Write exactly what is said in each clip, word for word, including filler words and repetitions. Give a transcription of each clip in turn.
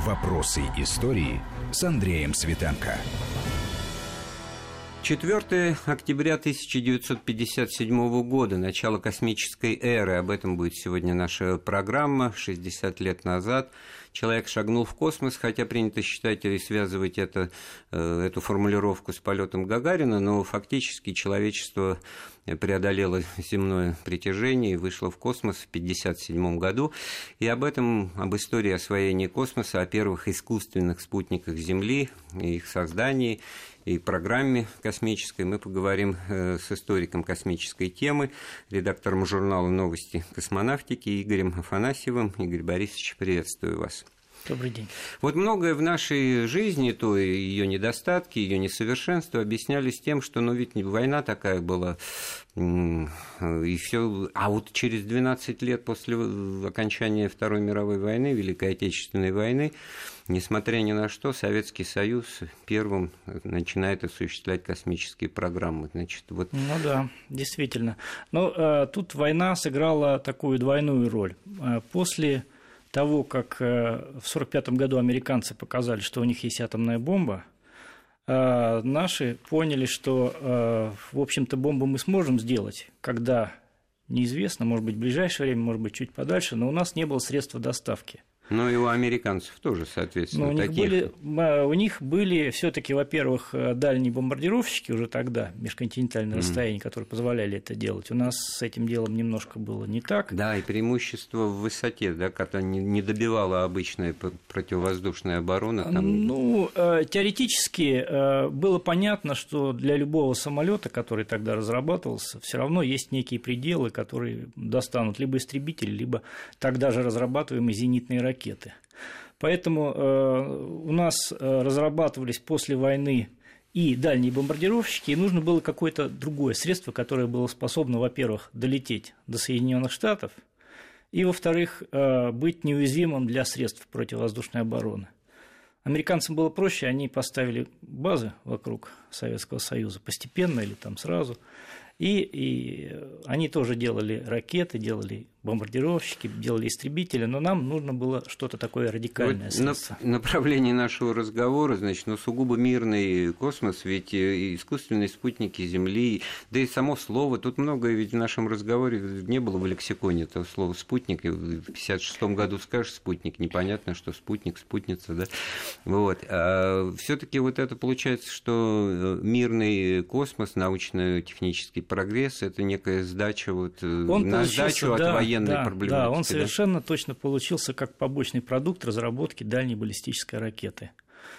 Вопросы истории с Андреем Светенко. четвёртого октября тысяча девятьсот пятьдесят седьмого года, начало космической эры. Об этом будет сегодня наша программа. шестьдесят лет назад человек шагнул в космос, хотя принято считать и связывать это, эту формулировку с полетом Гагарина, но фактически человечество преодолело земное притяжение и вышло в космос в пятьдесят седьмом году. И об этом, об истории освоения космоса, о первых искусственных спутниках Земли, их создании и программе космической мы поговорим с историком космической темы, редактором журнала «Новости космонавтики» Игорем Афанасьевым. Игорь Борисович, приветствую вас. Добрый день. Вот многое в нашей жизни, то ее недостатки, ее несовершенства объяснялись тем, что, ну, ведь война такая была, и все. А вот через двенадцать лет после окончания Второй мировой войны, Великой Отечественной войны, несмотря ни на что, Советский Союз первым начинает осуществлять космические программы. Значит, вот... Ну да, действительно. Но э, тут война сыграла такую двойную роль. После того, как в сорок пятом году американцы показали, что у них есть атомная бомба, наши поняли, что, в общем-то, бомбу мы сможем сделать, когда неизвестно, может быть, в ближайшее время, может быть, чуть подальше, но у нас не было средства доставки. Ну и у американцев тоже, соответственно, у них таких. Были, у них были все-таки, во-первых, дальние бомбардировщики уже тогда, межконтинентальные mm-hmm. расстояния, которые позволяли это делать. У нас с этим делом немножко было не так. Да, и преимущество в высоте, да, когда не добивала обычная противовоздушная оборона. Там... Ну, теоретически было понятно, что для любого самолета, который тогда разрабатывался, все равно есть некие пределы, которые достанут либо истребители, либо тогда же разрабатываемые зенитные ракеты. Ракеты. Поэтому э, у нас э, разрабатывались после войны и дальние бомбардировщики, и нужно было какое-то другое средство, которое было способно, во-первых, долететь до Соединенных Штатов, и, во-вторых, э, быть неуязвимым для средств противовоздушной обороны. Американцам было проще, они поставили базы вокруг Советского Союза постепенно или там сразу, и, и они тоже делали ракеты, делали бомбардировщики, делали истребители, но нам нужно было что-то такое радикальное. Вот на направлении нашего разговора, значит, ну, сугубо мирный космос, ведь искусственные спутники Земли, да и само слово, тут многое ведь в нашем разговоре не было в лексиконе этого слова «спутник», и в пятьдесят шестом году скажешь «спутник», непонятно, что спутник, спутница, да, вот. А все-таки вот это получается, что мирный космос, научно-технический прогресс, это некая сдача вот, на сдачу от да, военной да, проблематики. Да, он да? совершенно точно получился как побочный продукт разработки дальней баллистической ракеты.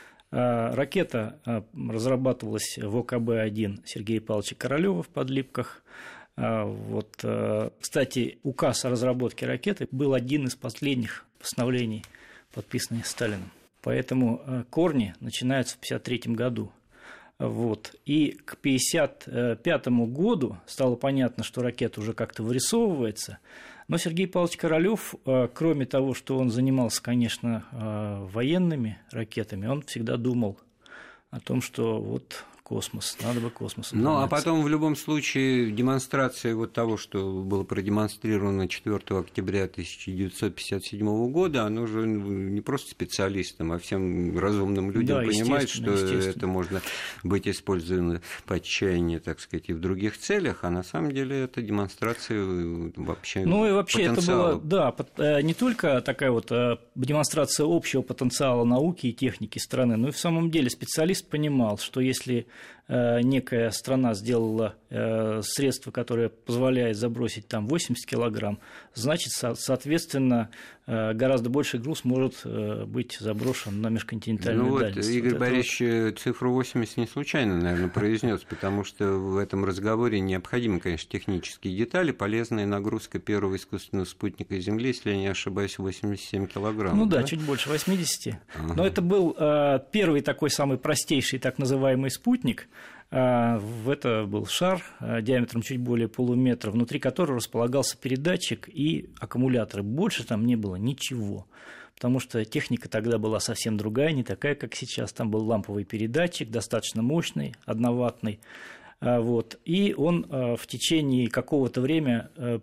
Ракета разрабатывалась в О К Б один Сергея Павловича Королёва в Подлипках. Вот, кстати, указ о разработке ракеты был один из последних постановлений, подписанных Сталином. Поэтому корни начинаются в пятьдесят третьем году. Вот. И к пятьдесят пятому году стало понятно, что ракета уже как-то вырисовывается. Но Сергей Павлович Королёв, кроме того, что он занимался, конечно, военными ракетами, он всегда думал о том, что вот космос, надо бы космосом Ну, заняться. а потом в любом случае демонстрация вот того, что было продемонстрировано четвёртого октября тысяча девятьсот пятьдесят седьмого года, оно же не просто специалистам, а всем разумным людям да, понимают, что это можно быть использовано по отчаянию, так сказать, и в других целях, а на самом деле это демонстрация вообще Ну, и вообще потенциала. Это было, да, не только такая вот демонстрация общего потенциала науки и техники страны, но и в самом деле специалист понимал, что если некая страна сделала средство, которое позволяет забросить там восемьдесят килограмм, значит, соответственно, гораздо больший груз может быть заброшен на межконтинентальную ну дальность. Вот Игорь вот Борисович вот... цифру восемьдесят не случайно, наверное, произнес, потому что в этом разговоре необходимы, конечно, технические детали. Полезная нагрузка первого искусственного спутника Земли, если я не ошибаюсь, восемьдесят семь килограмм. Ну да, да? чуть больше восьмидесяти. Ага. Но это был первый такой самый простейший так называемый спутник. Это был шар диаметром чуть более полуметра, внутри которого располагался передатчик и аккумуляторы. Больше там не было ничего, потому что техника тогда была совсем другая, не такая, как сейчас. Там был ламповый передатчик, достаточно мощный, одноваттный. Вот, и он в течение какого-то времени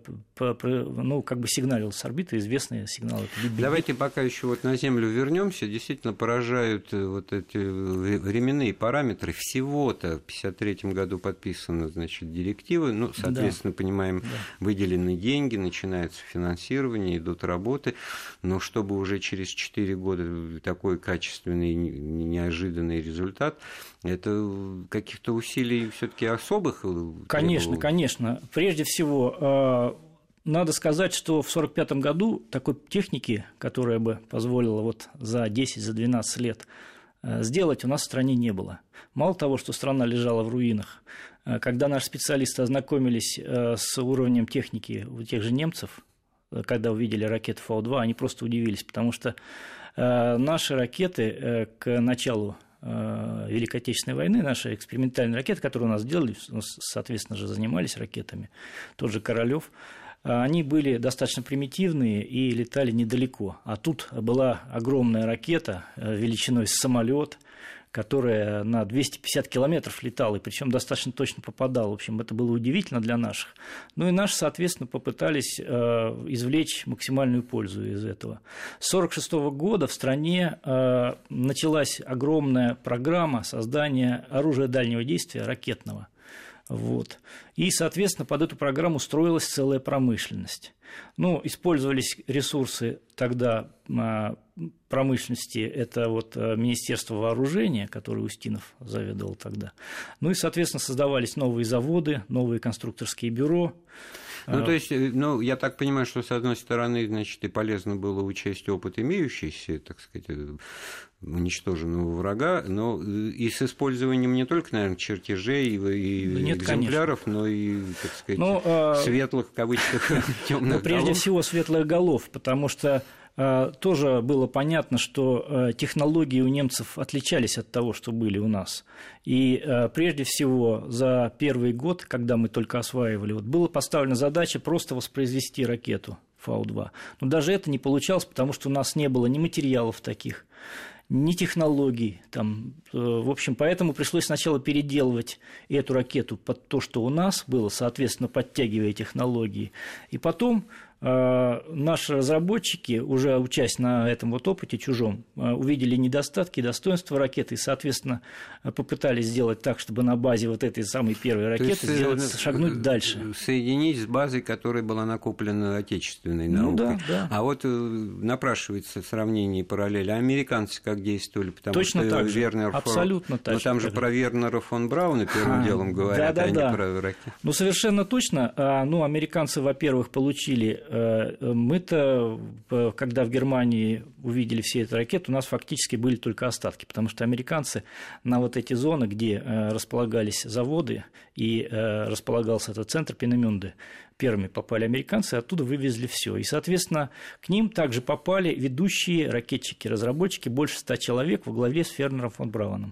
ну, как бы сигналил с орбиты, известные сигналы. Давайте пока еще вот на Землю вернемся. Действительно поражают вот эти временные параметры. Всего-то в пятьдесят третьем году подписаны, значит, директивы. Ну, соответственно, да. понимаем, да. выделены деньги, начинается финансирование, идут работы. Но чтобы уже через четыре года такой качественный, неожиданный результат, это каких-то усилий все-таки особых? Конечно, требовало? конечно. Прежде всего, надо сказать, что в сорок пятом году такой техники, которая бы позволила вот за десять-двенадцать лет сделать, у нас в стране не было. Мало того, что страна лежала в руинах, когда наши специалисты ознакомились с уровнем техники у тех же немцев, когда увидели ракеты Фау два, они просто удивились, потому что наши ракеты к началу Великой Отечественной войны, наши экспериментальные ракеты, которые у нас делали, соответственно же занимались ракетами, тот же Королёв, они были достаточно примитивные и летали недалеко. А тут была огромная ракета величиной с самолет, которая на двести пятьдесят километров летала, и причем достаточно точно попадала. В общем, это было удивительно для наших. Ну и наши, соответственно, попытались извлечь максимальную пользу из этого. С сорок шестого года в стране началась огромная программа создания оружия дальнего действия ракетного. Вот. И, соответственно, под эту программу строилась целая промышленность. Ну, использовались ресурсы тогда промышленности, это вот Министерство вооружения, которое Устинов заведовал тогда. Ну и, соответственно, создавались новые заводы, новые конструкторские бюро. Ну, то есть, ну, я так понимаю, что, с одной стороны, значит, и полезно было учесть опыт имеющийся, так сказать, уничтоженного врага, но и с использованием не только, наверное, чертежей и Нет, экземпляров, конечно. но и, так сказать, ну, светлых, в кавычках, темных голов. Прежде всего, светлых голов, потому что тоже было понятно, что технологии у немцев отличались от того, что были у нас. И прежде всего за первый год, когда мы только осваивали, вот, была поставлена задача просто воспроизвести ракету Фау два. Но даже это не получалось, потому что у нас не было ни материалов таких, ни технологий. Там, в общем, поэтому пришлось сначала переделывать эту ракету под то, что у нас было, соответственно, подтягивая технологии. И потом наши разработчики, уже учась на этом вот опыте чужом, увидели недостатки, достоинства ракеты и, соответственно, попытались сделать так, чтобы на базе вот этой самой первой ракеты сделать, шагнуть дальше. Соединить с базой, которая была накоплена отечественной наукой. Ну, да, да. А вот напрашивается сравнение и параллель. А американцы как действовали? Потому Точно что так же. Вернер Абсолютно фон... так Но там же про Вернера фон Брауна первым а, делом говорят, да, да, а не да. про ракеты. Ну, совершенно точно. Ну, американцы, во-первых, получили... Мы-то, когда в Германии увидели все эти ракеты, у нас фактически были только остатки, потому что американцы на вот эти зоны, где располагались заводы и располагался этот центр Пинемюнде, первыми попали американцы, оттуда вывезли все. И, соответственно, к ним также попали ведущие ракетчики, разработчики, больше ста человек во главе с Вернером фон Брауном.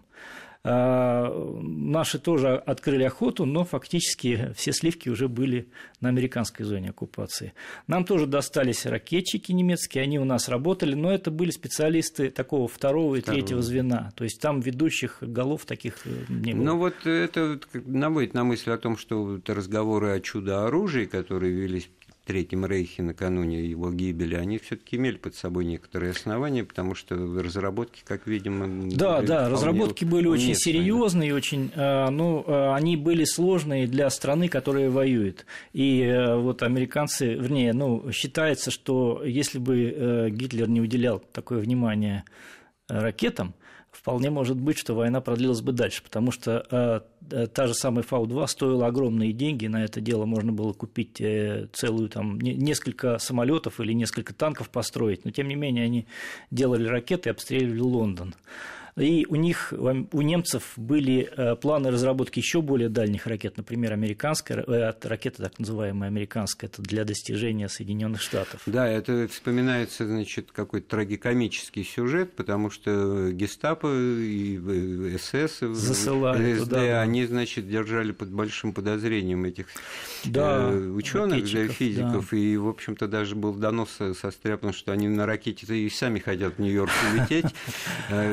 Наши тоже открыли охоту, но фактически все сливки уже были на американской зоне оккупации. Нам тоже достались ракетчики немецкие, они у нас работали, но это были специалисты такого второго и Второго. третьего звена, то есть там ведущих голов таких не было. Ну вот это наводит на мысль о том, что разговоры о чудо-оружии, которые велись в Третьем Рейхе накануне его гибели, они все-таки имели под собой некоторые основания, потому что разработки, как видим, да, да, разработки были очень серьезные, очень, ну, они были сложные для страны, которая воюет. И вот американцы, вернее, ну, считается, что если бы Гитлер не уделял такое внимание ракетам, вполне может быть, что война продлилась бы дальше, потому что э, та же самая Фау два стоила огромные деньги, на это дело можно было купить э, целую, там, не, несколько самолетов или несколько танков построить, но тем не менее они делали ракеты и обстреливали Лондон. И у них, у немцев были планы разработки еще более дальних ракет, например, американская ракета, так называемая американская, это для достижения Соединенных Штатов. Да, это вспоминается, значит, какой-то трагикомический сюжет, потому что гестапо и СС, засылали СД, туда, они, значит, держали под большим подозрением этих да, ученых, физиков, да. И, в общем-то, даже был донос состряпан, что они на ракете и сами хотят в Нью-Йорк улететь, саботаж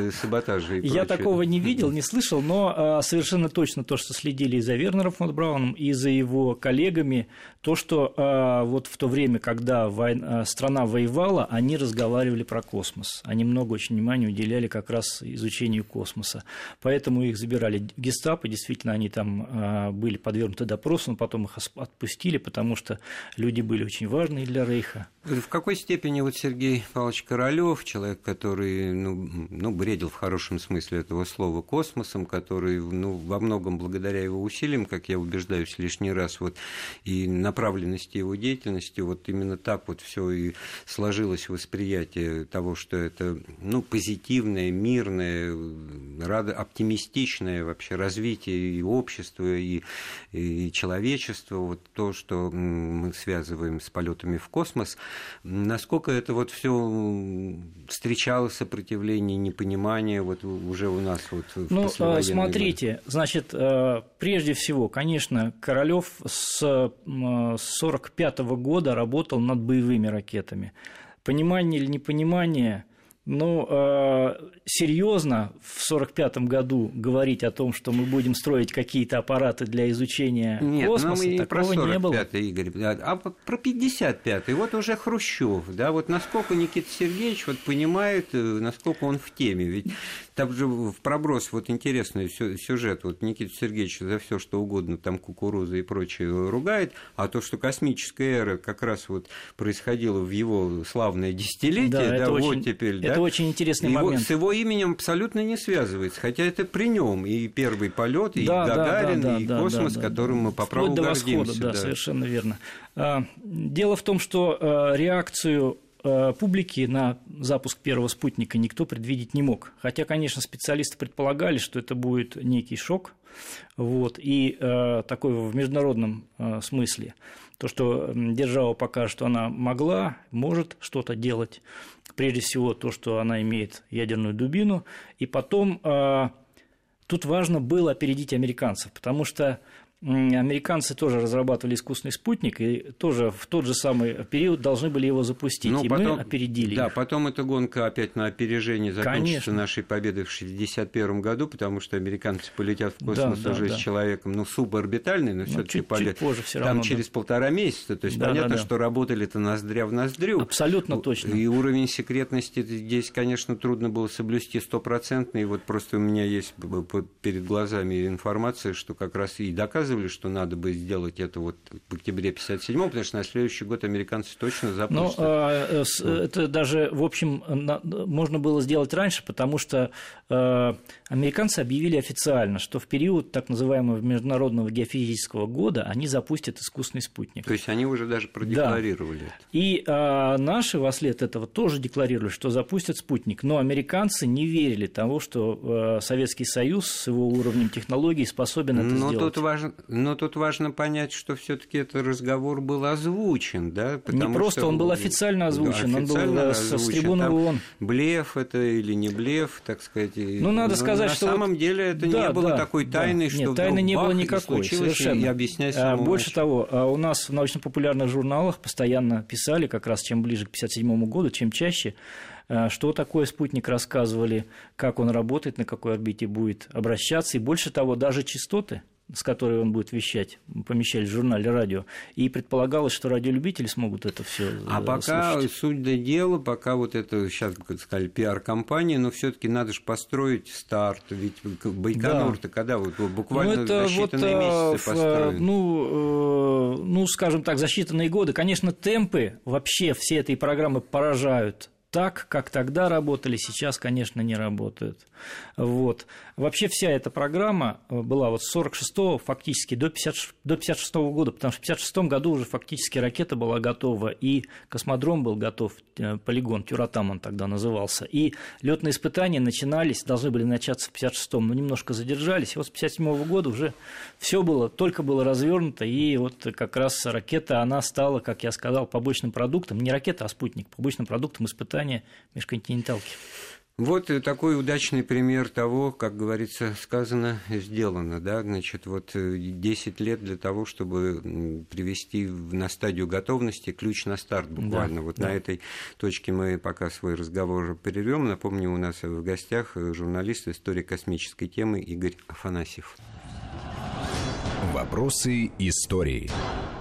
репортажи и Я прочее. такого не видел, не слышал, но совершенно точно то, что следили и за Вернером фон Брауном, и за его коллегами, то, что вот в то время, когда война, страна воевала, они разговаривали про космос. Они много очень внимания уделяли как раз изучению космоса. Поэтому их забирали в гестапо, действительно, они там были подвергнуты допросу, но потом их отпустили, потому что люди были очень важные для Рейха. В какой степени вот Сергей Павлович Королёв, человек, который ну, ну, бредил в хорошем смысле этого слова космосом, который ну, во многом благодаря его усилиям, как я убеждаюсь лишний раз, вот, и направленности его деятельности, вот именно так вот все и сложилось восприятие того, что это ну, позитивное, мирное, оптимистичное вообще развитие и общества, и, и человечества, вот то, что мы связываем с полетами в космос. Насколько это вот все встречало сопротивление, непонимание вот уже у нас вот в Ну, послевоенные смотрите, годы? Значит, прежде всего, конечно, Королёв с сорок пятого года работал над боевыми ракетами. Понимание или непонимание, ну, серьезно в сорок пятом году говорить о том, что мы будем строить какие-то аппараты для изучения Нет, космоса, не такого про не было. сорок пятый, Игорь, а про пятьдесят пятый. Вот уже Хрущев, да, вот насколько Никита Сергеевич вот понимает, насколько он в теме. Ведь там же в проброс вот интересный сюжет. Вот Никита Сергеевич за все что угодно, там кукуруза и прочее ругает, а то, что космическая эра как раз вот происходила в его славное десятилетие, да, да, это вот очень, теперь, это да, очень интересный его, момент. с его именем абсолютно не связывается, хотя это при нем и первый полет, и да, Гагарин, да, да, и да, космос, да, да, которым да. мы по праву Вплоть до гордимся. восхода, да, да, совершенно верно. Дело в том, что реакцию публики на запуск первого спутника никто предвидеть не мог. Хотя, конечно, специалисты предполагали, что это будет некий шок, вот, и э, такой в международном э, смысле. То, что держава покажет, что она могла, может что-то делать. Прежде всего, то, что она имеет ядерную дубину. И потом э, тут важно было опередить американцев, потому что американцы тоже разрабатывали искусственный спутник, и тоже в тот же самый период должны были его запустить, ну, и потом, мы опередили да, их. Потом эта гонка опять на опережение закончится Конечно. Нашей победой в шестьдесят первом году, потому что американцы полетят в космос да, уже да, с да. человеком, ну, суборбитальный, но ну, все-таки полет. Позже, все там равно, через да. полтора месяца, то есть да, понятно, да, да. что работали-то ноздря в ноздрю. Абсолютно точно. И уровень секретности здесь, конечно, трудно было соблюсти стопроцентный, и вот просто у меня есть перед глазами информация, что как раз и доказывали, что надо бы сделать это вот в октябре пятьдесят седьмого, потому что на следующий год американцы точно запустят. Ну, а, с, это даже, в общем, на, можно было сделать раньше, потому что э, американцы объявили официально, что в период так называемого Международного геофизического года они запустят искусственный спутник. То есть они уже даже продекларировали да. это. И э, наши вслед этого тоже декларировали, что запустят спутник, но американцы не верили тому, что э, Советский Союз с его уровнем технологий способен это но сделать. Тут важно, но тут важно понять, что все-таки этот разговор был озвучен, да? Не просто, что... он был официально озвучен, да, официально он был озвучен. С трибуны ООН. Блеф это или не блеф, так сказать. Ну, надо сказать, на что... На самом вот... деле это да, не было да, такой тайны, да. что Нет, тайны не бах, было никакой, совершенно. И объяснять Больше начал. того, у нас в научно-популярных журналах постоянно писали, как раз чем ближе к пятьдесят седьмому году, чем чаще, что такое спутник, рассказывали, как он работает, на какой орбите будет обращаться, и больше того, даже частоты, с которой он будет вещать, помещали в журнале «Радио», и предполагалось, что радиолюбители смогут это все слушать. А пока, суть до дела, пока вот это, сейчас, как сказали, пиар-компания, но все таки надо же построить старт, ведь Байконур-то да. когда вот буквально ну, за считанные вот, месяцы построен. Ну, ну, скажем так, за считанные годы. Конечно, темпы вообще все этой программы поражают. Так, как тогда работали, сейчас, конечно, не работают. Вот. Вообще вся эта программа была вот с сорок шестого фактически до пятьдесят шестого года, потому что в пятьдесят шестом году уже фактически ракета была готова, и космодром был готов, полигон, Тюратам он тогда назывался, и летные испытания начинались, должны были начаться в пятьдесят шестом, но немножко задержались, и вот с пятьдесят седьмого года уже все было, только было развернуто, и вот как раз ракета, она стала, как я сказал, побочным продуктом, не ракета, а спутник, побочным продуктом испытаний межконтиненталки. Вот такой удачный пример того, как говорится, сказано, сделано. Да? Значит, вот десять лет для того, чтобы привести на стадию готовности ключ на старт буквально. Да, вот да. На этой точке мы пока свой разговор прервем. Напомню, у нас в гостях журналист, историк космической темы Игорь Афанасьев. Вопросы истории.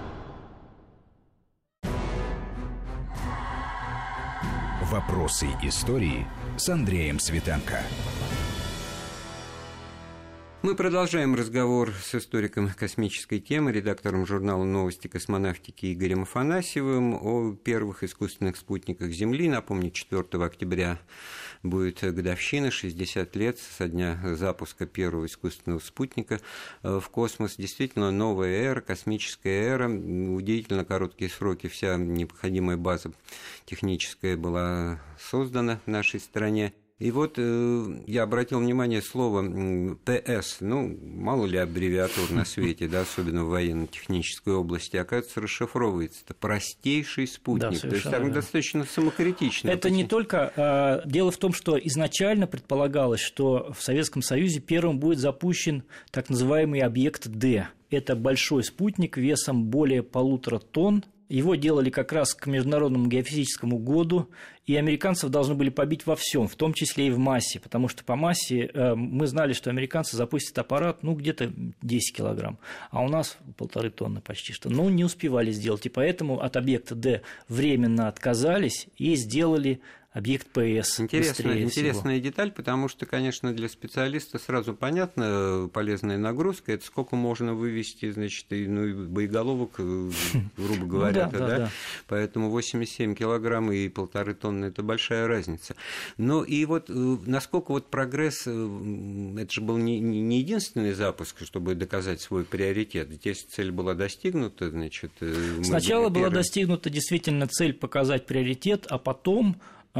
Вопросы истории с Андреем Светенко. Мы продолжаем разговор с историком космической темы, редактором журнала «Новости космонавтики» Игорем Афанасьевым о первых искусственных спутниках Земли. Напомню, четвёртого октября будет годовщина, шестьдесят лет со дня запуска первого искусственного спутника в космос. Действительно, новая эра, космическая эра. Удивительно короткие сроки, вся необходимая база техническая была создана в нашей стране. И вот э, я обратил внимание слово ПС, ну, мало ли аббревиатур на свете, да, особенно в военно-технической области, оказывается, расшифровывается. Это простейший спутник, да, то есть так достаточно самокритично. Это не только... Э, дело в том, что изначально предполагалось, что в Советском Союзе первым будет запущен так называемый объект Д. Это большой спутник весом более полутора тонн. Его делали как раз к Международному геофизическому году, и американцев должны были побить во всем, в том числе и в массе, потому что по массе э, мы знали, что американцы запустят аппарат, ну, где-то десять килограмм, а у нас полторы тонны почти что. Ну, не успевали сделать, и поэтому от объекта Д временно отказались и сделали объект ПС. Интересная, интересная деталь, потому что, конечно, для специалиста сразу понятно, полезная нагрузка, это сколько можно вывести, значит, ну, боеголовок, грубо говоря, ну, да, да, да. Поэтому восемьдесят семь килограмм и полторы тонны – это большая разница. Ну и вот насколько вот прогресс, это же был не, не единственный запуск, чтобы доказать свой приоритет, здесь цель была достигнута, значит… Сначала была достигнута действительно цель показать приоритет, а потом…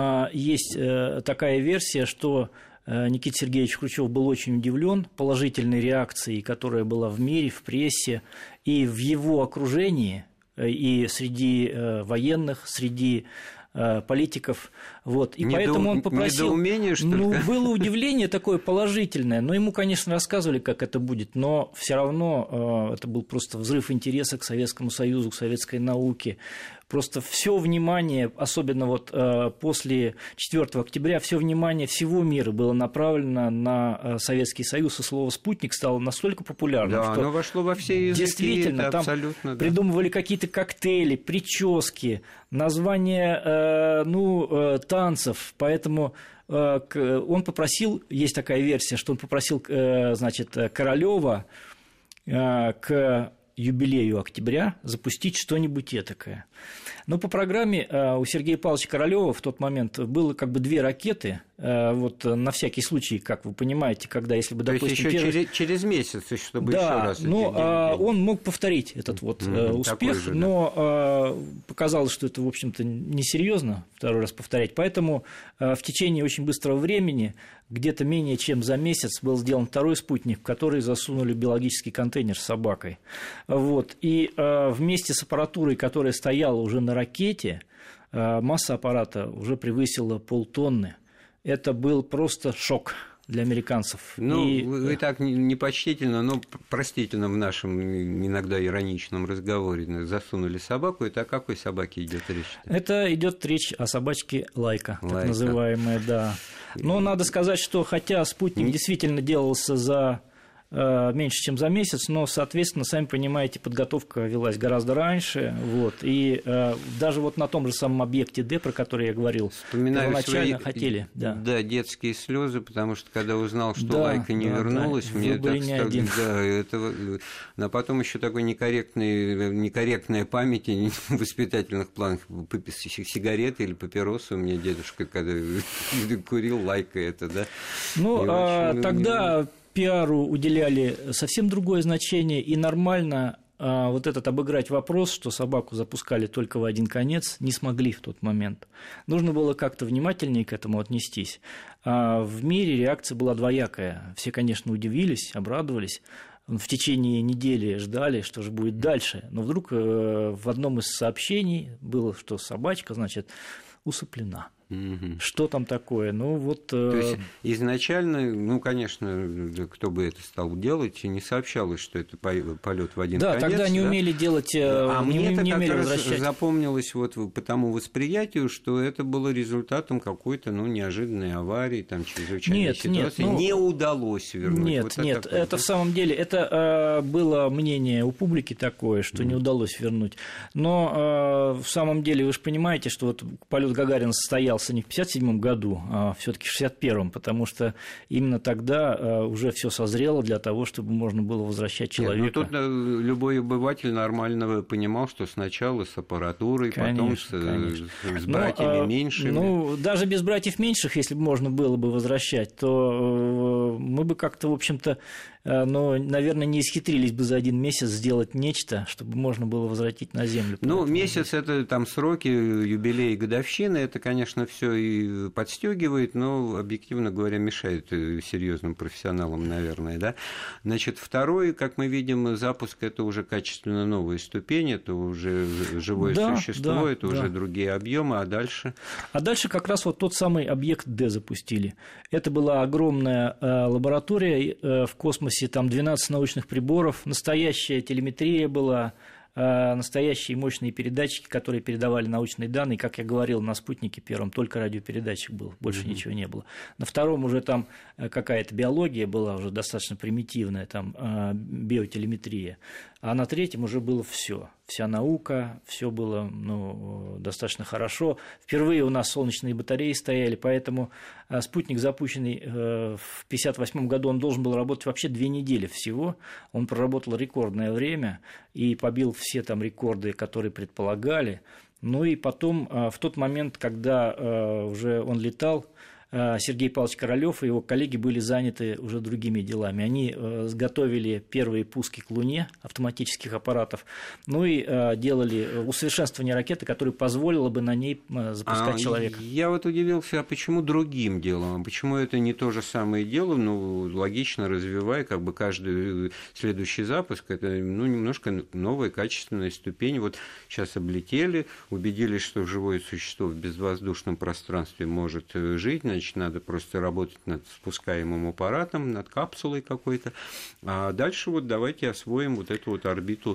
Есть такая версия, что Никита Сергеевич Хрущев был очень удивлен положительной реакцией, которая была в мире, в прессе и в его окружении, и среди военных, среди политиков. Вот. И Недо... поэтому он попросил... Недоумение, что ли? Ну, было удивление такое положительное, но ему, конечно, рассказывали, как это будет, но все равно это был просто взрыв интереса к Советскому Союзу, к советской науке. Просто все внимание, особенно вот после четвёртого октября, все внимание всего мира было направлено на Советский Союз, и слово «спутник» стало настолько популярным, да, что оно вошло во все языки, действительно там абсолютно, да. Придумывали какие-то коктейли, прически, названия ну, танцев, поэтому он попросил, есть такая версия, что он попросил, значит, Королёва к юбилею октября запустить что-нибудь этакое. Но по программе у Сергея Павловича Королёва в тот момент было как бы две ракеты, вот на всякий случай, как вы понимаете, когда, если бы, допустим… То есть еще первый... через, через месяц, чтобы да, еще раз… но а, он мог повторить этот вот mm-hmm, успех, же, но да. а, показалось, что это, в общем-то, несерьезно второй раз повторять, поэтому а, в течение очень быстрого времени, где-то менее чем за месяц, был сделан второй спутник, в который засунули биологический контейнер с собакой. Вот. И а, вместе с аппаратурой, которая стояла уже на ракете, а, масса аппарата уже превысила полтонны. Это был просто шок для американцев. Ну, и... вы так непочтительно, но простительно в нашем иногда ироничном разговоре засунули собаку. Это о какой собаке идет речь? Это идет речь о собачке Лайка, Лайка. так называемая, да. Но надо сказать, что хотя спутник mm. действительно делался за меньше, чем за месяц, но, соответственно, сами понимаете, подготовка велась гораздо раньше, вот, и э, даже вот на том же самом объекте Д, про который я говорил, вспоминаю первоначально свои, хотели, да. да, детские слезы, потому что когда узнал, что да, Лайка не да, мне да, мне так стало, да, это, а потом еще такой некорректный, некорректная память в воспитательных планах, сигареты или папиросы у меня дедушка, когда курил, Лайка это, да. Ну, а, очень... тогда пиару уделяли совсем другое значение, и нормально а, вот этот обыграть вопрос, что собаку запускали только в один конец, не смогли в тот момент. Нужно было как-то внимательнее к этому отнестись. А в мире реакция была двоякая. Все, конечно, удивились, обрадовались. В течение недели ждали, что же будет дальше. Но вдруг в одном из сообщений было, что собачка, значит, усыплена. Угу. Что там такое? Ну, вот... То есть изначально, ну, конечно, кто бы это стал делать, не сообщалось, что это полет в один да, конец. Да, тогда не да? умели делать, а не, мне это не как умели раз возвращать. Запомнилось вот по тому восприятию, что это было результатом какой-то, ну, неожиданной аварии, там, чрезвычайной нет, ситуации. Нет, ну, не удалось вернуть. Нет, вот нет, такое, это да? в самом деле, это э, было мнение у публики такое, что mm. не удалось вернуть. Но э, в самом деле вы же понимаете, что вот полет Гагарина состоялся не в пятьдесят седьмом году, а все-таки в шестьдесят первом, потому что именно тогда э, уже все созрело для того, чтобы можно было возвращать человека. Нет, ну, тут э, любой обыватель нормально понимал, что сначала с аппаратурой, конечно, потом с, конечно. с братьями ну, меньшими. Ну, даже без братьев меньших, если бы можно было бы возвращать, то э, мы бы как-то, в общем-то, э, ну, наверное, не исхитрились бы за один месяц сделать нечто, чтобы можно было возвратить на землю. Ну, месяц – это там сроки, юбилей, годовщины, это, конечно, все и подстегивает, но, объективно говоря, мешает серьезным профессионалам, наверное, да. Значит, второй, как мы видим, запуск – это уже качественно новая ступень, это уже живое да, существо, да, это да. уже другие объемы, а дальше? А дальше как раз вот тот самый объект Д запустили. Это была огромная э, лаборатория э, в космосе, там двенадцать научных приборов, настоящая телеметрия была, настоящие мощные передатчики, которые передавали научные данные. Как я говорил, на спутнике первом только радиопередатчик был, больше mm-hmm. ничего не было. На втором уже там какая-то биология была, уже достаточно примитивная, там биотелеметрия. А на третьем уже было все. Вся наука, все было ну, достаточно хорошо. Впервые у нас солнечные батареи стояли, поэтому спутник, запущенный в пятьдесят восьмом году, он должен был работать вообще две недели всего. Он проработал рекордное время и побил все там рекорды, которые предполагали. Ну и потом, в тот момент, когда уже он летал, Сергей Павлович Королёв и его коллеги были заняты уже другими делами. Они готовили первые пуски к Луне автоматических аппаратов, ну и делали усовершенствование ракеты, которое позволило бы на ней запускать а человека. Я вот удивился, а почему другим делом? Почему это не то же самое дело? Ну, логично развивая, как бы каждый следующий запуск, это ну, немножко новая качественная ступень. Вот сейчас облетели, убедились, что живое существо в безвоздушном пространстве может жить, значит, надо просто работать над спускаемым аппаратом, над капсулой какой-то. А дальше вот давайте освоим вот эту вот орбиту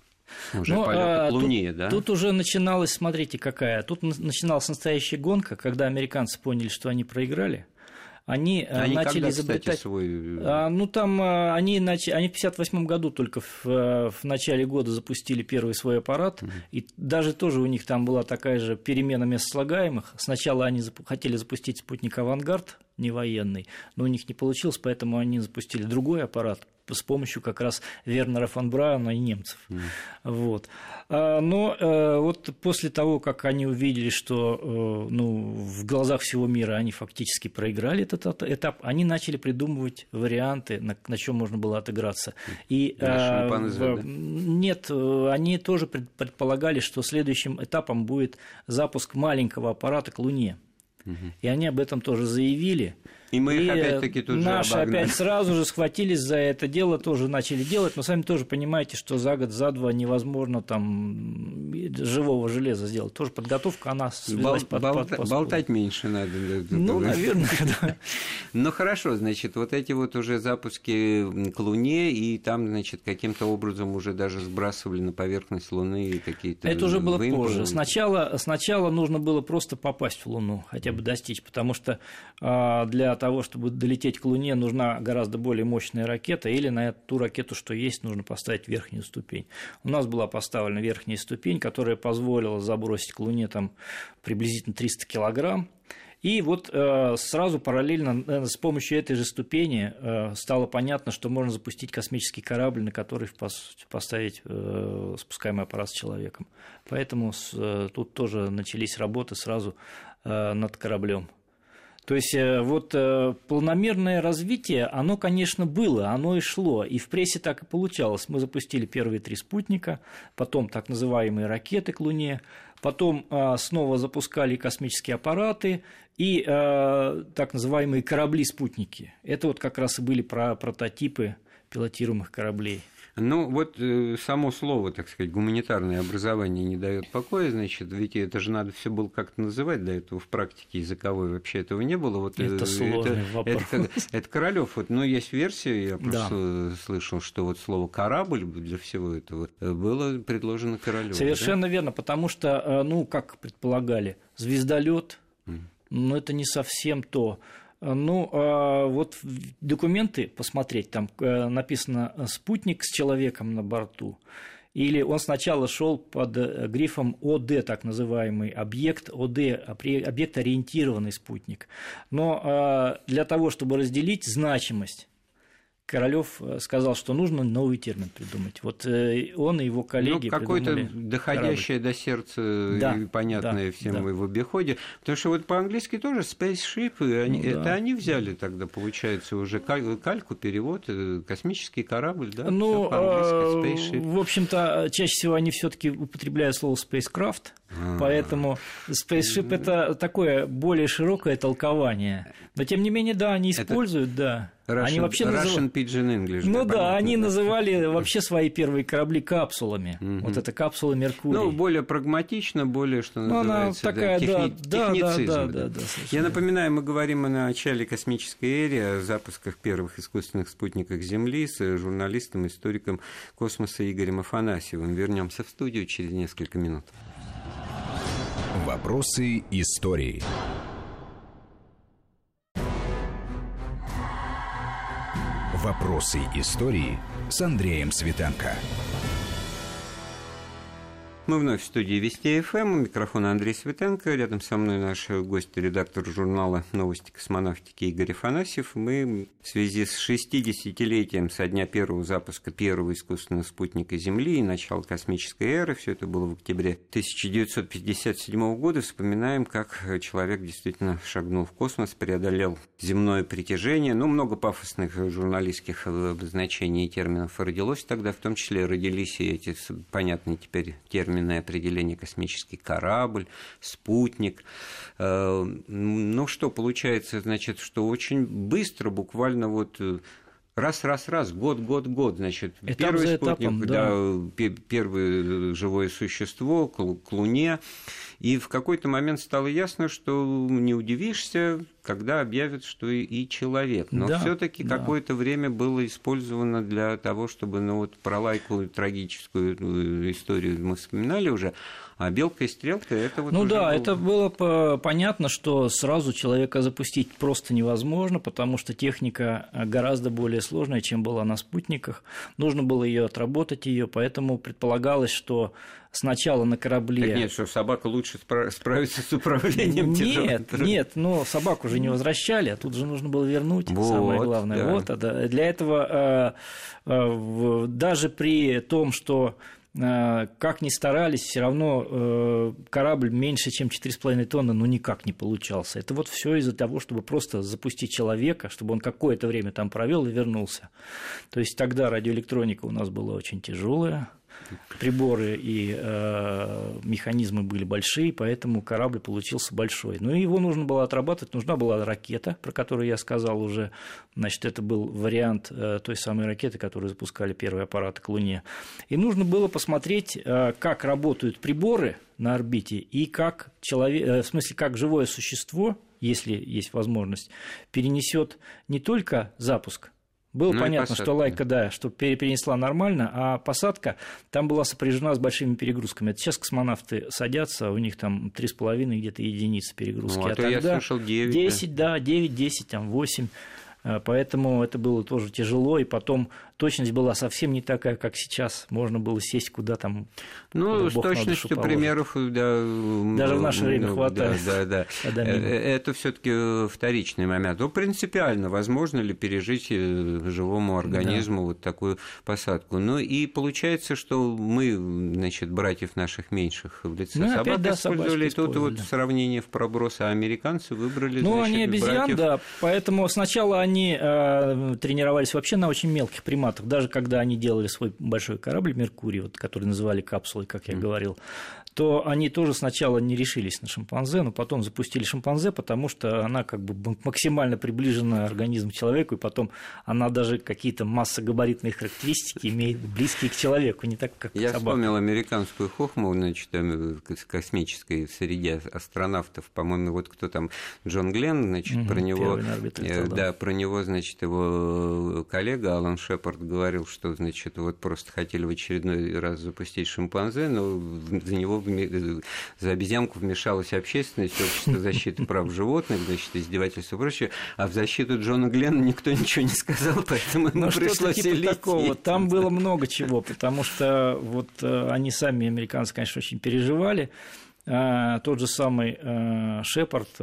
уже ну, полета к Луне, тут, да? Тут уже начиналась, смотрите, какая. Тут начиналась настоящая гонка, когда американцы поняли, что они проиграли. Они, они начали когда, изобретать. Кстати, свой... а, ну, там они, нач... они в пятьдесят восьмом году только в, в начале года запустили первый свой аппарат, mm-hmm. и даже тоже у них там была такая же перемена местослагаемых. Сначала они зап... хотели запустить спутник «Авангард», не военный, но у них не получилось, поэтому они запустили другой аппарат с помощью как раз Вернера фон Брауна и немцев. Mm. Вот. Но вот после того, как они увидели, что ну, в глазах всего мира они фактически проиграли этот этап, они начали придумывать варианты, на, на чем можно было отыграться. И, Шимпанзе, да? Нет, они тоже предполагали, что следующим этапом будет запуск маленького аппарата к Луне. Угу. И они об этом тоже заявили. И мы их и опять-таки тут наши же обогнали. опять сразу же схватились за это дело, тоже начали делать, но сами тоже понимаете, что за год, за два невозможно там живого железа сделать. Тоже подготовка, она свелась Бол- под, бол- под, под Болтать меньше надо. Ну, наверное, да. Ну, хорошо, значит, вот эти вот уже запуски к Луне, и там, значит, каким-то образом уже даже сбрасывали на поверхность Луны какие-то... Это уже было вымпелы. позже. Сначала, сначала нужно было просто попасть в Луну, хотя бы достичь, потому что для того, чтобы долететь к Луне, нужна гораздо более мощная ракета, или на ту ракету, что есть, нужно поставить верхнюю ступень. У нас была поставлена верхняя ступень, которая позволила забросить к Луне там, приблизительно триста килограмм. И вот э, сразу параллельно э, с помощью этой же ступени э, стало понятно, что можно запустить космический корабль, на который поставить э, спускаемый аппарат с человеком. Поэтому с, э, тут тоже начались работы сразу э, над кораблем. То есть вот планомерное развитие, оно, конечно, было, оно и шло, и в прессе так и получалось. Мы запустили первые три спутника, потом так называемые ракеты к Луне, потом снова запускали космические аппараты и так называемые корабли-спутники. Это вот как раз и были про прототипы пилотируемых кораблей. Ну, вот э, само слово, так сказать, гуманитарное образование не дает покоя, значит, ведь это же надо все было как-то называть, до этого в практике языковой вообще этого не было. Вот, это э, сложный это, вопрос. Это, это Королёв, вот, но есть версия, я просто да. слышал, что вот слово «корабль» для всего этого было предложено Королёву. Совершенно да? верно, потому что, ну, как предполагали, звездолет, mm. но это не совсем то. Ну, вот документы посмотреть, там написано «спутник с человеком на борту», или он сначала шел под грифом ОД, так называемый объект ОД, объект-ориентированный спутник. Но для того, чтобы разделить значимость, Королёв сказал, что нужно новый термин придумать. Вот он и его коллеги ну, какое-то придумали доходящее корабль. до сердца да, и понятное да, всем да. в обиходе. Потому что вот по-английски тоже spaceship, и они, ну, это да. они взяли тогда, получается, уже кальку, перевод, космический корабль, да? Ну, по-английски spaceship. В общем-то, чаще всего они все-таки употребляют слово spacecraft, а-а-а. Поэтому spaceship это такое более широкое толкование. Но тем не менее, да, они используют, это... да. Russian, они вообще Russian назыв... Pidgin English. Ну да, да, понятно, они да. называли вообще свои первые корабли капсулами. Угу. Вот это капсула Меркурий. Ну, более прагматично, более, что ну, называется, она такая, да, техни... да, техницизм. Да, да, да. да, да, Я напоминаю, мы говорим о начале космической эры, о запусках первых искусственных спутников Земли с журналистом, историком космоса Игорем Афанасьевым. Вернемся в студию через несколько минут. Вопросы истории. Вопросы истории с Андреем Светенко. Мы вновь в студии Вести ФМ. У микрофона Андрей Светенко. Рядом со мной наш гость, редактор журнала «Новости космонавтики» Игорь Афанасьев. Мы в связи с шестидесятилетием со дня первого запуска первого искусственного спутника Земли и начала космической эры, все это было в октябре тысяча девятьсот пятьдесят седьмого года, вспоминаем, как человек действительно шагнул в космос, преодолел земное притяжение. Ну, много пафосных журналистских обозначений и терминов родилось тогда, в том числе родились и эти понятные теперь термины, определение космический корабль, спутник. Ну что, получается, значит, что очень быстро, буквально вот раз-раз-раз, год-год-год, значит, этап первый за спутник, этапом, да. Да, первое живое существо к Луне. И в какой-то момент стало ясно, что не удивишься, когда объявят, что и человек. Но да, все-таки да. какое-то время было использовано для того, чтобы, ну вот про Лайку трагическую историю мы вспоминали уже, а белка и стрелка это вот. Ну да, было... это было понятно, что сразу человека запустить просто невозможно, потому что техника гораздо более сложная, чем была на спутниках. Нужно было ее отработать, ее, поэтому предполагалось, что сначала на корабле. Так нет, что собака лучше спра- справится с управлением. Нет, нет, но собаку же не возвращали, а тут же нужно было вернуть. Вот, самое главное. Да. Вот, а для этого э, э, даже при том, что как ни старались, все равно корабль меньше, чем четыре с половиной тонны, ну, никак не получался. Это вот все из-за того, чтобы просто запустить человека, чтобы он какое-то время там провел и вернулся. То есть тогда радиоэлектроника у нас была очень тяжелая, приборы и э, механизмы были большие, поэтому корабль получился большой. Ну, и его нужно было отрабатывать, нужна была ракета, про которую я сказал уже. Значит, это был вариант э, той самой ракеты, которую запускали первые аппараты к Луне. И нужно было посмотреть, э, как работают приборы на орбите и как человек, э, в смысле, как живое существо, если есть возможность, перенесет не только запуск. Было ну понятно, посадка, что Лайка, да, что перенесла нормально, а посадка там была сопряжена с большими перегрузками. Это сейчас космонавты садятся, у них там три с половиной где-то единицы перегрузки. Ну, а, а то тогда я слышал девять. десять, да, девять, десять, там восемь. Поэтому это было тоже тяжело, и потом точность была совсем не такая, как сейчас. Можно было сесть куда там. Ну, с точностью примеров, да, даже в наше время ну, хватает. Да, да, да. Это все-таки вторичный момент. Ну, принципиально, возможно ли пережить живому организму да. вот такую посадку. Ну и получается, что мы, значит, братьев наших меньших в лице ну, собак да, использовали, тут вот сравнение в проброс, а американцы выбрали. Ну, значит, они обезьян, братьев... да. Поэтому сначала они э, тренировались вообще на очень мелких приматах. форматах. Даже когда они делали свой большой корабль «Меркурий», вот, который называли капсулой, как я mm. говорил, то они тоже сначала не решились на шимпанзе, но потом запустили шимпанзе, потому что она как бы максимально приближена организм к человеку, и потом она даже какие-то массогабаритные характеристики имеет близкие к человеку, не так, как Я собака. вспомнил американскую хохму, значит, космической среде астронавтов, по-моему, вот кто там, Джон Гленн, значит, угу, про него, летал, да. да, про него, значит, его коллега Алан Шепард говорил, что, значит, вот просто хотели в очередной раз запустить шимпанзе, но за него за обезьянку вмешалась общественность, общество защиты прав животных, значит, издевательства и прочее, а в защиту Джона Гленна никто ничего не сказал, поэтому ему пришлось типа лететь. Такого. Там было много чего, потому что вот они сами, американцы, конечно, очень переживали. Тот же самый Шепард,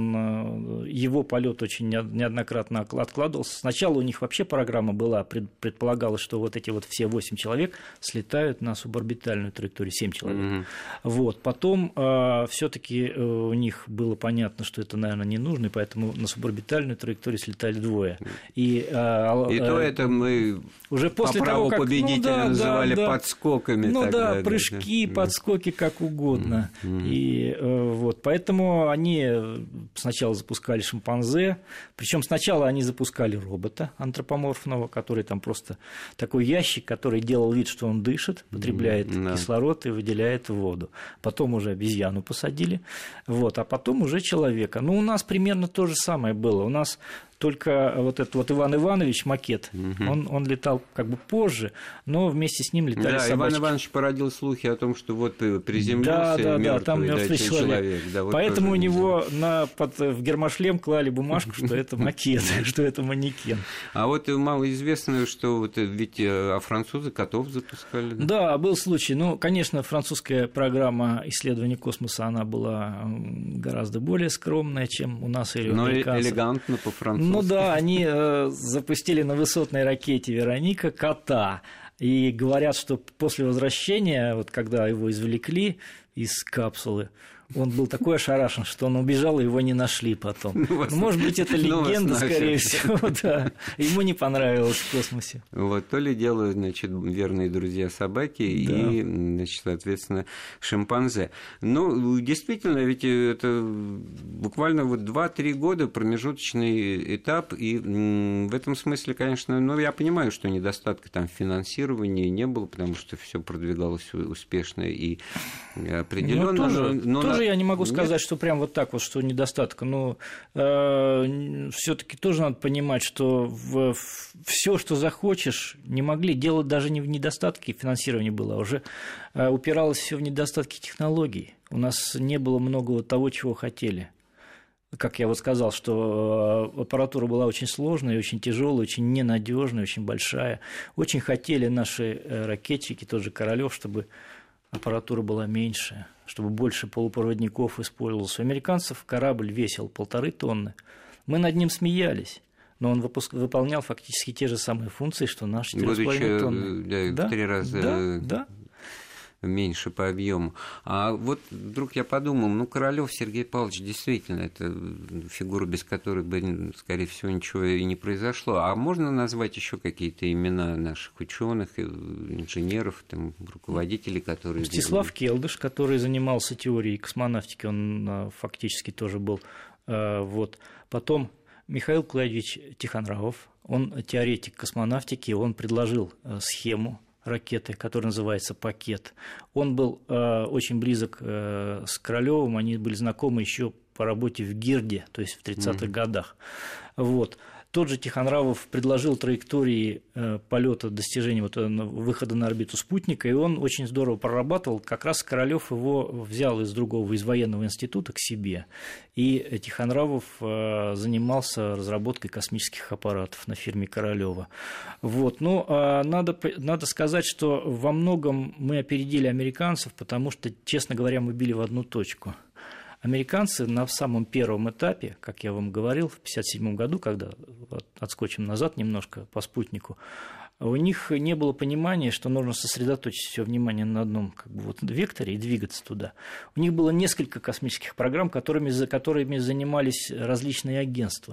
он, его полет очень неоднократно откладывался. Сначала у них вообще программа была, предполагалось, что вот эти вот все восемь человек слетают на суборбитальную траекторию, семь человек. Mm-hmm. Вот. Потом все-таки у них было понятно, что это, наверное, не нужно, и поэтому на суборбитальную траекторию слетали двое. И, и то это мы уже после по праву того, как, победителя ну, да, называли да, подскоками. Ну тогда, да, прыжки, да, подскоки, как угодно. Mm-hmm. И вот, поэтому они сначала запускали шимпанзе, причем сначала они запускали робота антропоморфного, который там просто такой ящик, который делал вид, что он дышит, потребляет mm-hmm. кислород и выделяет воду. Потом уже обезьяну посадили, вот, а потом уже человека. Ну, у нас примерно то же самое было. У нас только вот этот вот Иван Иванович, макет, угу. он, он летал как бы позже, но вместе с ним летали да, собачки. Иван Иванович породил слухи о том, что вот приземлился да, да, мёртвый, да, там мертвый да, человек. человек. Да, вот поэтому у него нельзя. на, под, в гермошлем клали бумажку, что это макет, что это манекен. А вот малоизвестно, что вот ведь а французы котов запускали. Да, был случай. Ну, конечно, французская программа исследования космоса, она была гораздо более скромная, чем у нас или у американцев. Но элегантно по-французски. Ну да, они э, запустили на высотной ракете «Вероника» кота. И говорят, что после возвращения, вот когда его извлекли из капсулы, он был такой ошарашен, что он убежал, и его не нашли потом. Ну, может быть, это легенда, скорее всего, да. Ему не понравилось в космосе. Вот, то ли делают, значит, верные друзья собаки да. и, значит, соответственно, шимпанзе. Ну, действительно, ведь это буквально вот два-три года промежуточный этап, и в этом смысле, конечно, ну, я понимаю, что недостатка там финансирования не было, потому что все продвигалось успешно и определенно. Ну, тоже, но, но тоже я не могу сказать, Нет? что прям вот так вот, что недостатка. Но э, все-таки тоже надо понимать, что в, в, все, что захочешь, не могли делать даже не в недостатке финансирования было, а уже э, упиралось все в недостатки технологий. У нас не было многого того, чего хотели. Как я вот сказал, что аппаратура была очень сложная, очень тяжелая, очень ненадежная, очень большая. Очень хотели наши ракетчики, тот же Королёв, чтобы аппаратура была меньше, чтобы больше полупроводников использовалось. У американцев корабль весил полторы тонны. Мы над ним смеялись, но он выпуск... выполнял фактически те же самые функции, что наш четыре с половиной тонны. Да, в три раза да, да. меньше по объему. А вот вдруг я подумал, ну, Королёв Сергей Павлович действительно это фигура, без которой бы, скорее всего, ничего и не произошло. А можно назвать еще какие-то имена наших ученых, инженеров, там, руководителей, которые... Мстислав Келдыш, который занимался теорией космонавтики, он фактически тоже был. Вот. Потом Михаил Клавдевич Тихонравов, он теоретик космонавтики, он предложил схему ракеты, которая называется «Пакет». Он был э, очень близок э, с Королёвым, они были знакомы еще по работе в ГИРДе, то есть в тридцатых mm-hmm. годах. Вот. Тот же Тихонравов предложил траектории полета достижения вот, выхода на орбиту спутника, и он очень здорово прорабатывал. Как раз Королёв его взял из другого, из военного института к себе, и Тихонравов занимался разработкой космических аппаратов на фирме Королёва. Вот. Ну, надо, надо сказать, что во многом мы опередили американцев, потому что, честно говоря, мы били в одну точку. Американцы на самом первом этапе, как я вам говорил, в тысяча девятьсот пятьдесят седьмом году, когда отскочим назад немножко по спутнику, у них не было понимания, что нужно сосредоточить все внимание на одном как бы, вот, векторе и двигаться туда. У них было несколько космических программ, которыми, которыми занимались различные агентства.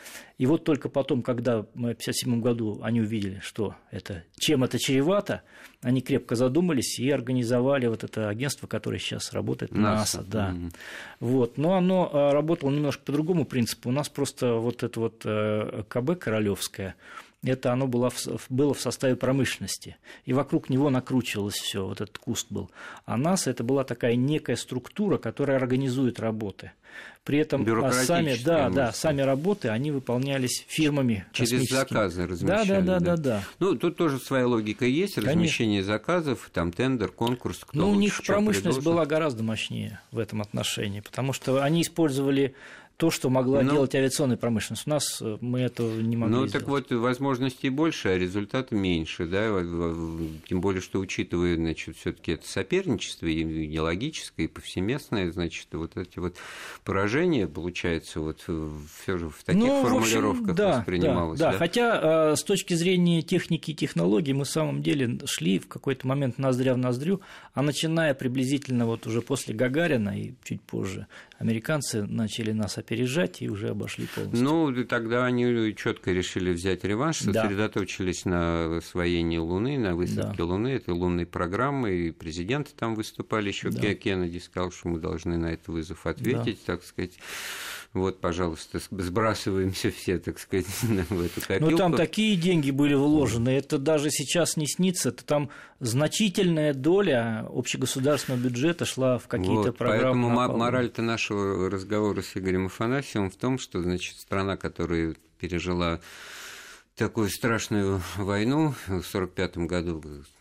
И вот только потом, когда в тысяча девятьсот пятьдесят седьмом году они увидели, что это, чем это чревато, они крепко задумались и организовали вот это агентство, которое сейчас работает, НАСА. НАСА, да. Mm-hmm. Вот. Но оно работало немножко по другому принципу. У нас просто вот это вот КБ Королевское, это оно было в, было в составе промышленности, и вокруг него накручивалось все, вот этот куст был. А НАСА – это была такая некая структура, которая организует работы. При этом сами, да, да, сами работы, они выполнялись фирмами через заказы размещали. Да, да, да, да, да. Ну, тут тоже своя логика есть, размещение Конечно. заказов, там тендер, конкурс, кто Ну, лучше, у них промышленность предложит. была гораздо мощнее в этом отношении, потому что они использовали то, что могла ну, делать авиационная промышленность. У нас мы этого не могли Ну, сделать. так вот, возможностей больше, а результата меньше, да, тем более, что, учитывая, значит, всё-таки это соперничество идеологическое и повсеместное, значит, вот эти вот поражения, получается, вот всё же в таких ну, формулировках в общем, да, воспринималось. Да, да? да, хотя с точки зрения техники и технологий мы в самом деле шли в какой-то момент ноздря в ноздрю, а начиная приблизительно вот уже после Гагарина и чуть позже американцы начали нас опережать и уже обошли полностью. Ну, тогда они четко решили взять реванш, сосредоточились да. на освоении Луны, на высадке да. Луны, этой лунной программы, и президенты там выступали, еще да. Кеннеди сказал, что мы должны на этот вызов ответить, да. так сказать. Вот, пожалуйста, сбрасываемся все, так сказать, в эту копилку. Ну, там такие деньги были вложены, это даже сейчас не снится, это там значительная доля общегосударственного бюджета шла в какие-то вот, программы. Поэтому мораль-то нашего разговора с Игорем Афанасьевым в том, что, значит, страна, которая пережила такую страшную войну в сорок пятом году,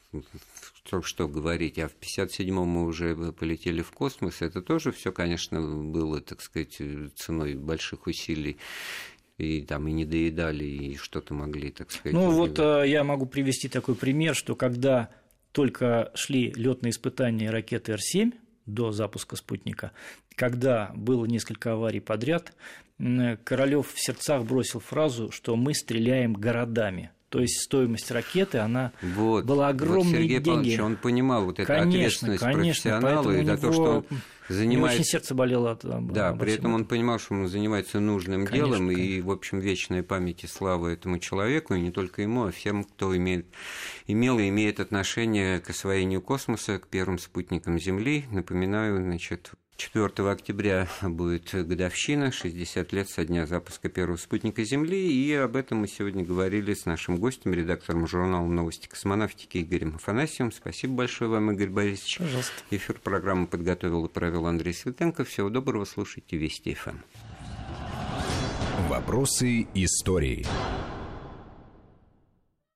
что говорить, а в пятьдесят седьмом мы уже полетели в космос, это тоже все, конечно, было, так сказать, ценой больших усилий, и там и не доедали, и что-то могли, так сказать. Ну вот я могу привести такой пример, что когда только шли летные испытания ракеты Эр семь до запуска спутника, когда было несколько аварий подряд, Королёв в сердцах бросил фразу, что мы стреляем городами. То есть стоимость ракеты, она вот, была огромные вот Сергей деньги. Павлович, он понимал вот эту конечно, ответственность конечно, профессионала и за то, что он занимается... очень сердце болело от Да, при этом он понимал, что он занимается нужным конечно, делом, конечно. И, в общем, вечная память и слава этому человеку, и не только ему, а всем, кто имеет, имел и имеет отношение к освоению космоса, к первым спутникам Земли. Напоминаю, значит... четвёртого октября будет годовщина, шестьдесят лет со дня запуска первого спутника Земли, и об этом мы сегодня говорили с нашим гостем, редактором журнала «Новости космонавтики» Игорем Афанасьевым. Спасибо большое вам, Игорь Борисович. Пожалуйста. Эфир программы подготовил и провел Андрей Светенко. Всего доброго, слушайте Вести эф эм. Вопросы истории.